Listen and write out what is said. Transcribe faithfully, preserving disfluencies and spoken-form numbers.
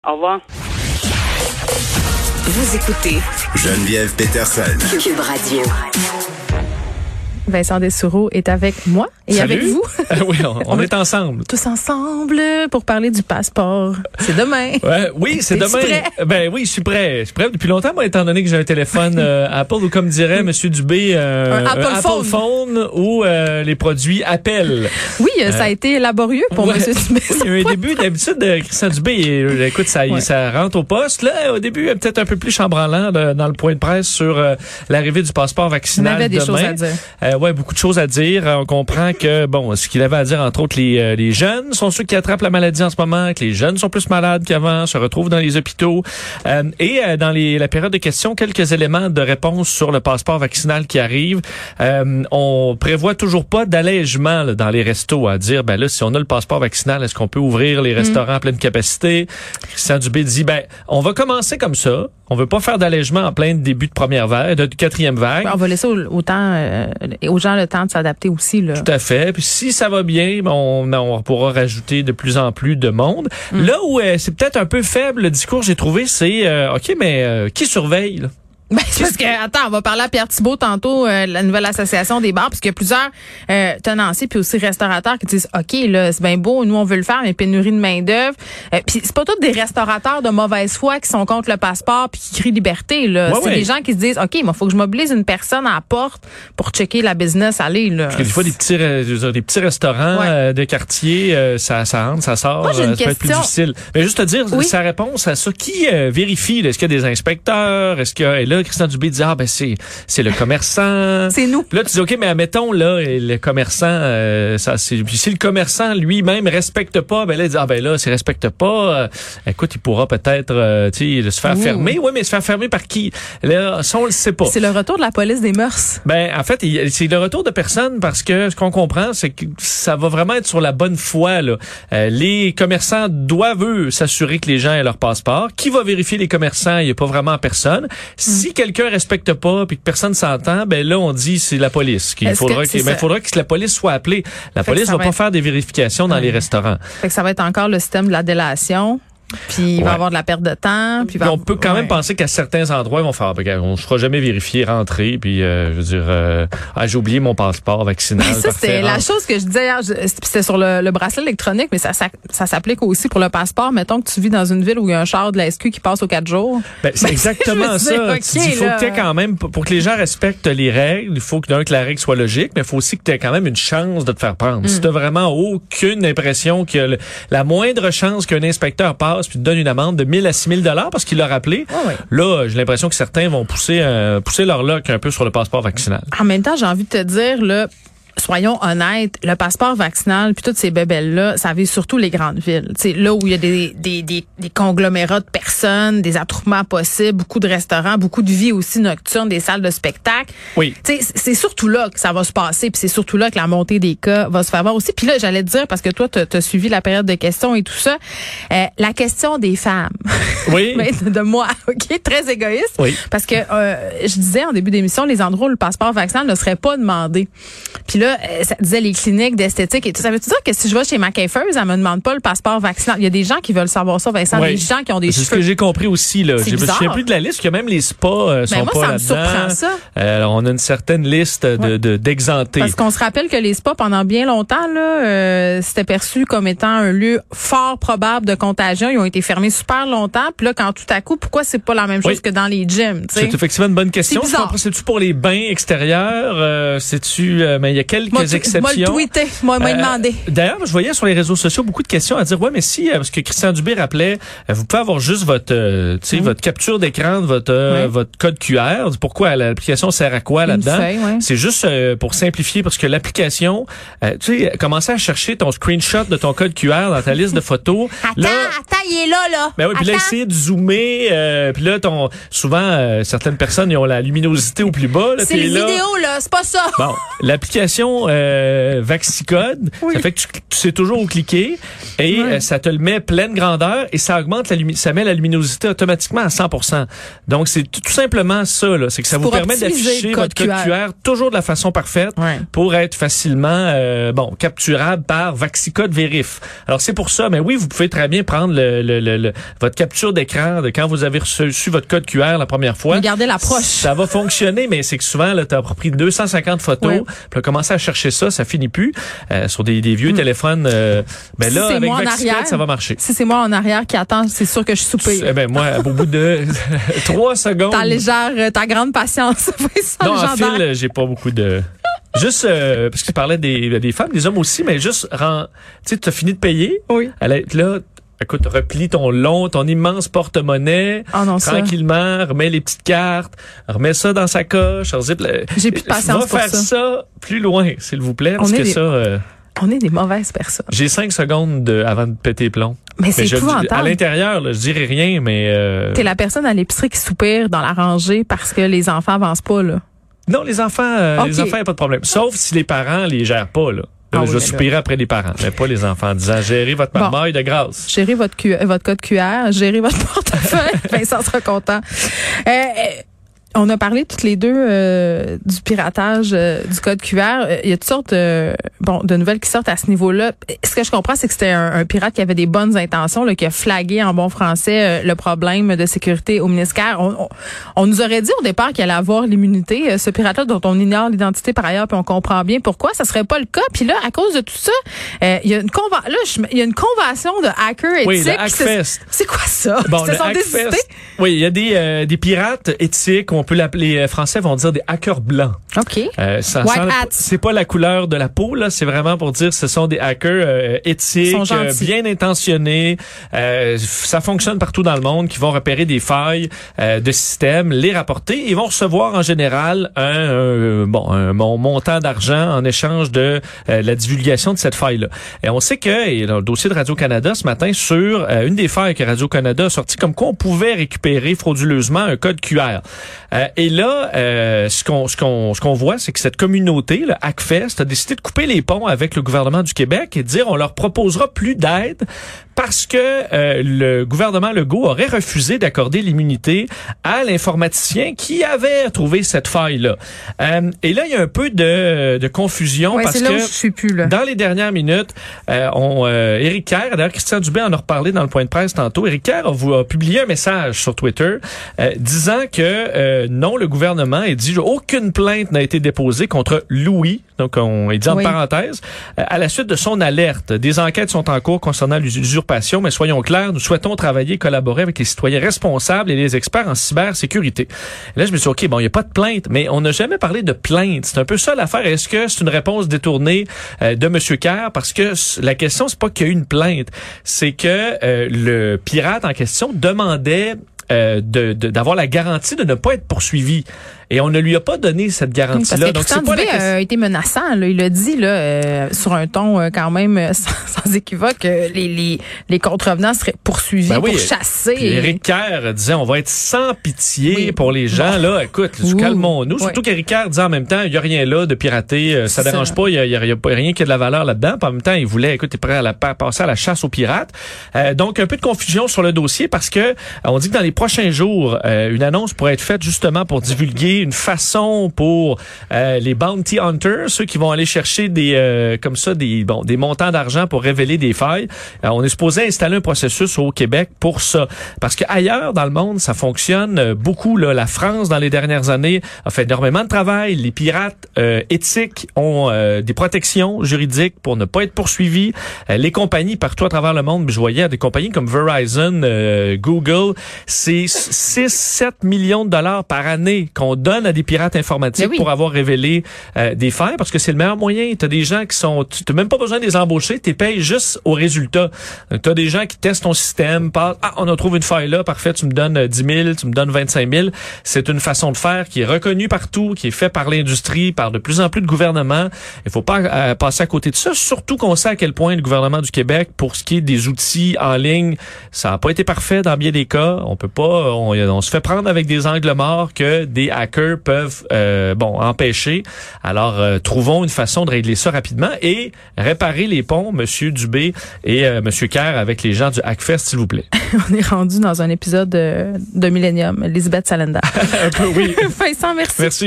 Au revoir. Vous écoutez Geneviève Peterson. Cube Radio. Vincent Dessureau est avec moi et Salut. avec vous. Euh, oui, on, on est ensemble. Tous ensemble pour parler du passeport. C'est demain. Ouais, oui, c'est T'es-tu demain. prêt? Ben oui, je suis prêt. Je suis prêt depuis longtemps, moi, étant donné que j'ai un téléphone euh, Apple ou comme dirait Monsieur Dubé, euh, Un Apple un phone. Apple phone ou euh, les produits Apple. Oui, euh, ça a été laborieux pour Ouais. M. Dubé. Oui, il y a eu un début d'habitude de Christian Dubé. Et, écoute, ça, Ouais. ça rentre au poste. Là, au début, peut-être un peu plus chambranlant de- dans le point de presse sur euh, l'arrivée du passeport On vaccinal avait des demain. choses à dire. Euh, ouais, beaucoup de choses à dire. On comprend que, bon, ce qu'il avait à dire, entre autres, les, euh, les jeunes sont ceux qui attrapent la maladie en ce moment, que les jeunes sont plus malades qu'avant, se retrouvent dans les hôpitaux. Euh, et euh, dans les, la période de questions, quelques éléments de réponse sur le passeport vaccinal qui arrive. Euh, on prévoit toujours pas d'allègement là, dans les restos à dire, ben là, si on a le passeport vaccinal, est-ce qu'on peut ouvrir les restaurants à pleine capacité? Christian Dubé dit, ben, on va commencer comme ça. On veut pas faire d'allègement en plein début de première vague, de quatrième vague. On va laisser au, au temps, euh, aux gens le temps de s'adapter aussi. Là. Tout à fait. Puis si ça va bien, ben, on, on pourra rajouter de plus en plus de monde. Mm. Là où euh, c'est peut-être un peu faible le discours, j'ai trouvé, c'est euh, OK, mais euh, qui surveille là? Ben, c'est parce que, attends, on va parler à Pierre Thibault tantôt, euh, la nouvelle association des bars, parce qu'il y a plusieurs euh, tenanciers puis aussi restaurateurs qui disent, OK, là, c'est bien beau, nous, on veut le faire, mais pénurie de main-d'œuvre. Euh, puis c'est pas tous des restaurateurs de mauvaise foi qui sont contre le passeport puis qui crient liberté, là. Ouais, c'est ouais. des gens qui se disent, OK, il faut que je mobilise une personne à la porte pour checker la business aller, là. Parce que des fois, des petits, euh, je veux dire, des petits restaurants Ouais. euh, de quartier, euh, ça, ça rentre, ça sort, Moi, j'ai une euh, ça peut être plus question. difficile. Mais juste te dire, Oui. sa réponse à ça, qui euh, vérifie? Là? Est-ce qu'il y a des inspecteurs? Est-ce que et là, Christian Dubé dit, ah ben c'est c'est le commerçant. C'est nous. Puis là, tu dis, OK, mais admettons, là, le commerçant, euh, ça, c'est, puis si le commerçant lui-même respecte pas, ben là, il dit, ah ben là, s'il respecte pas, euh, écoute, il pourra peut-être, euh, tu sais, se faire Ouh. fermer. Oui, mais se faire fermer par qui? Là, ça, on le sait pas. C'est le retour de la police des mœurs. Ben, en fait, il- c'est le retour de personne parce que ce qu'on comprend, c'est que ça va vraiment être sur la bonne foi, là. Euh, les commerçants doivent, eux, s'assurer que les gens aient leur passeport. Qui va vérifier les commerçants? Il n'y a pas vraiment personne. Si quelqu'un respecte pas puis que personne s'entend, ben là, on dit c'est la police. Qu'il Est-ce faudra que qu'il c'est ben, ça? faudra que la police soit appelée. La Fait que police ça va va pas être- faire des vérifications dans Ouais. les restaurants. Fait que ça va être encore le système de la délation. Puis il va Ouais. y avoir de la perte de temps. Puis il va Puis on peut quand même ouais. penser qu'à certains endroits, ils vont faire, regarde, on ne se fera jamais vérifier, rentrer, puis euh, je veux dire, euh, ah, j'ai oublié mon passeport vaccinal. Mais ça, parfait, c'était la rentre. chose que je disais hier. je- C'était sur le, le bracelet électronique, mais ça, ça, ça s'applique aussi pour le passeport. Mettons que tu vis dans une ville où il y a un char de la S Q qui passe aux quatre jours. Ben, c'est Ben, exactement je me ça. dis, Tu OK, dis, il faut là. que tu aies quand même, pour que les gens respectent les règles, il faut que d'un que la règle soit logique, mais il faut aussi que tu aies quand même une chance de te faire prendre. Si tu n'as vraiment aucune impression qu'il y a le- la moindre chance qu'un inspecteur passe puis te donne une amende de mille à six mille dollars parce qu'il l'a rappelé, Ouais, ouais. là, j'ai l'impression que certains vont pousser, euh, pousser leur lock un peu sur le passeport vaccinal. En même temps, j'ai envie de te dire, là, soyons honnêtes, le passeport vaccinal puis toutes ces bébelles-là, ça vise surtout les grandes villes. Tu sais, là où il y a des, des, des, des conglomérats de personnes, des attroupements possibles, beaucoup de restaurants, beaucoup de vie aussi nocturne, des salles de spectacle. Oui. Tu sais, c'est surtout là que ça va se passer, puis c'est surtout là que la montée des cas va se faire voir aussi. Puis là, j'allais te dire, parce que toi, tu as suivi la période de questions et tout ça, euh, la question des femmes. Oui. Mais de moi, OK? Très égoïste. Oui. Parce que euh, je disais en début d'émission, les endroits où le passeport vaccinal ne serait pas demandé. Puis là, euh, ça disait les cliniques d'esthétique et tout. Ça veut dire que si je vais chez ma coiffeuse, elle me demande pas le passeport vaccinal. Il y a des gens qui veulent savoir ça, Vincent, Oui. des gens qui ont des C'est ce cheveux. que j'ai compris aussi, là. C'est Je me bizarre. souviens plus de la liste, que même les spas euh, sont Ben, moi, pas ça me là-dedans. surprend, ça. Euh, on a une certaine liste de, Ouais. de, d'exentés. Parce qu'on se rappelle que les spas, pendant bien longtemps, là, euh, c'était perçu comme étant un lieu fort probable de contagion. Ils ont été fermés super longtemps. Puis là, quand tout à coup, pourquoi c'est pas la même chose Oui. que dans les gyms? tu sais? C'est effectivement une bonne question. C'est Je bizarre. comprends. C'est-tu pour les bains extérieurs? Euh, c'est-tu, euh, mais il y a quelques Moi, tu- exceptions. Moi, le tweeté. Moi, moi, Euh, demandé. D'ailleurs, je voyais sur les réseaux sociaux beaucoup de questions à dire, ouais, mais si, euh, parce que Christian Dubé rappelait, euh, vous pouvez avoir juste votre, euh, tu sais, Oui. votre capture d'écran de votre, euh, Oui. votre code Q R. Pourquoi l'application sert à quoi Une là-dedans? feuille, ouais. C'est juste euh, pour simplifier, parce que l'application, euh, tu sais, commencer à chercher ton screenshot de ton code Q R dans ta liste de photos. Attends, Là, attends, il est là, là. ben oui, puis là, Attends. essayer de zoomer, euh, puis là, ton, souvent, euh, certaines personnes, ils ont la luminosité au plus bas. Là, C'est t'es les là. vidéos, là. C'est pas ça. Bon, l'application l'application euh, Vaxicode. Oui. Ça fait que tu, tu sais toujours où cliquer et ouais. euh, ça te le met pleine grandeur et ça augmente la lumi- ça met la luminosité automatiquement à cent pour cent. Donc c'est tout, tout simplement ça là, c'est que ça c'est vous permet d'afficher votre code Q R toujours de la façon parfaite ouais. pour être facilement euh, bon capturable par Vaxicode Vérif. Alors c'est pour ça, mais oui, vous pouvez très bien prendre le, le, le, le votre capture d'écran de quand vous avez reçu, reçu votre code Q R la première fois. Regardez l'approche. Ça va fonctionner, mais c'est que souvent là, t'as pris deux cent cinquante photos, oui. puis là, commencer à chercher ça, ça finit plus euh, sur des, des vieux mmh. téléphones. Euh, ben si là, avec Vaxicode, ça va marcher. Si c'est moi en arrière qui attend, c'est sûr que je suis soupée. Eh ben moi, au bout de trois secondes. Ta légère, ta grande patience. Non, en fil, j'ai pas beaucoup de. Juste euh, parce que tu parlais des, des femmes, des hommes aussi, mais juste rend. Tu sais, tu as fini de payer. Oui. Elle est là. Écoute, replie ton long, ton immense porte-monnaie, oh non, tranquillement, ça. Remets les petites cartes, remets ça dans sa coche. J'ai plus de patience va pour faire ça. ça plus loin, s'il vous plaît, parce on que des, ça... Euh, on est des mauvaises personnes. J'ai cinq secondes de, avant de péter plomb. Mais c'est épouvantable. À l'intérieur, là, je dirais rien, mais... Euh... T'es la personne à l'épicerie qui soupire dans la rangée parce que les enfants avancent pas, là. Non, les enfants, euh, okay. les enfants, y a pas de problème. Sauf si les parents les gèrent pas, là. Ah je oui, vais soupirer là. Après les parents, mais pas les enfants, en disant gérez votre marmaille bon. de grâce. Gérez votre, Q- votre code Q R, gérez votre portefeuille. Vincent sera content. Euh, on a parlé toutes les deux euh, du piratage euh, du code Q R. Il y a toutes sortes euh, bon, de nouvelles qui sortent à ce niveau-là. Ce que je comprends, c'est que c'était un, un pirate qui avait des bonnes intentions, là, qui a flagué en bon français euh, le problème de sécurité au ministère. On, on, on nous aurait dit au départ qu'il allait avoir l'immunité, euh, ce pirate-là dont on ignore l'identité par ailleurs, puis on comprend bien pourquoi. Ça serait pas le cas. Puis là, à cause de tout ça, euh, il y a une conva- là, je, il y a une convention de hackers éthiques. Oui, le Hackfest. C'est quoi ça? Bon, le Hackfest. Oui, il y a des, euh, des pirates éthiques. On peut l'appeler, les Français vont dire des hackers blancs. OK. Euh, ça White sent, hats. C'est pas la couleur de la peau, là. C'est vraiment pour dire que ce sont des hackers euh, éthiques, euh, bien intentionnés. Euh, ça fonctionne partout dans le monde, qui vont repérer des failles euh, de système, les rapporter. Ils vont recevoir en général un, un bon un, un montant d'argent en échange de euh, la divulgation de cette faille-là. Et on sait que, et dans le dossier de Radio-Canada ce matin, sur euh, une des failles que Radio-Canada a sorti, comme quoi on pouvait récupérer frauduleusement un code Q R. Euh, et là, euh, ce qu'on ce qu'on ce qu'on voit, c'est que cette communauté, le Hackfest, a décidé de couper les ponts avec le gouvernement du Québec et de dire on leur proposera plus d'aide parce que euh, le gouvernement Legault aurait refusé d'accorder l'immunité à l'informaticien qui avait trouvé cette faille-là. Euh, et là, il y a un peu de, de confusion ouais, parce c'est là que où je suis plus, là. Dans les dernières minutes, euh, on, euh, Éric Kerr, d'ailleurs Christian Dubé en a reparlé dans le point de presse tantôt, Éric Kerr a, a publié un message sur Twitter euh, disant que euh, non, le gouvernement a dit aucune plainte n'a été déposée contre Louis, donc on est dit en oui. parenthèse, euh, à la suite de son alerte. Des enquêtes sont en cours concernant l'usurpation, mais soyons clairs, nous souhaitons travailler et collaborer avec les citoyens responsables et les experts en cybersécurité. Et là, je me suis dit, OK, bon, il n'y a pas de plainte, mais on n'a jamais parlé de plainte. C'est un peu ça l'affaire. Est-ce que c'est une réponse détournée euh, de M. Kerr? Parce que la question, c'est pas qu'il y a eu une plainte, c'est que euh, le pirate en question demandait euh, de, de, d'avoir la garantie de ne pas être poursuivi. Et on ne lui a pas donné cette garantie-là. Parce que donc, Christian Dubé a été menaçant. Là. Il a dit là, euh, sur un ton euh, quand même euh, sans, sans équivoque, euh, les, les, les contrevenants seraient poursuivis, ben oui, pourchassés. Et... Éric Kerr disait, on va être sans pitié oui. pour les gens. Bon. Là, écoute, Ouh. calmons-nous. Oui. Surtout qu'Éric Kerr disait en même temps, il n'y a rien là de pirater. Euh, ça ne dérange pas. Il n'y a, y a, y a pas rien qui a de la valeur là-dedans. Puis en même temps, il voulait, écoute, il est prêt à la, passer à la chasse aux pirates. Euh, donc, un peu de confusion sur le dossier parce que on dit que dans les prochains jours, euh, une annonce pourrait être faite justement pour divulguer une façon pour euh, les bounty hunters, ceux qui vont aller chercher des euh, comme ça des bon des montants d'argent pour révéler des failles. Euh, on est supposé installer un processus au Québec pour ça, parce que ailleurs dans le monde ça fonctionne beaucoup. Là, la France dans les dernières années a fait énormément de travail. Les pirates euh, éthiques ont euh, des protections juridiques pour ne pas être poursuivis. Euh, les compagnies partout à travers le monde, je voyais des compagnies comme Verizon, euh, Google, c'est six sept millions de dollars par année qu'on donne à des pirates informatique oui. pour avoir révélé euh, des failles, parce que c'est le meilleur moyen. Tu as des gens qui sont... Tu n'as même pas besoin de les embaucher, tu payes juste au résultat. Tu as des gens qui testent ton système, passent, ah, on a trouvé une faille là, parfait, tu me donnes dix mille, tu me donnes vingt-cinq mille. C'est une façon de faire qui est reconnue partout, qui est fait par l'industrie, par de plus en plus de gouvernements. Il faut pas euh, passer à côté de ça, surtout qu'on sait à quel point le gouvernement du Québec, pour ce qui est des outils en ligne, ça n'a pas été parfait dans bien des cas. On peut pas... On, on se fait prendre avec des angles morts que des hackers hackers peuvent euh, bon empêcher. Alors, euh, trouvons une façon de régler ça rapidement et réparer les ponts, Monsieur Dubé et euh, Monsieur Kerr, avec les gens du Hackfest, s'il vous plaît. On est rendu dans un épisode de, de Millennium. Elisabeth Salenda. Un peu, oui. Vincent, merci. Merci.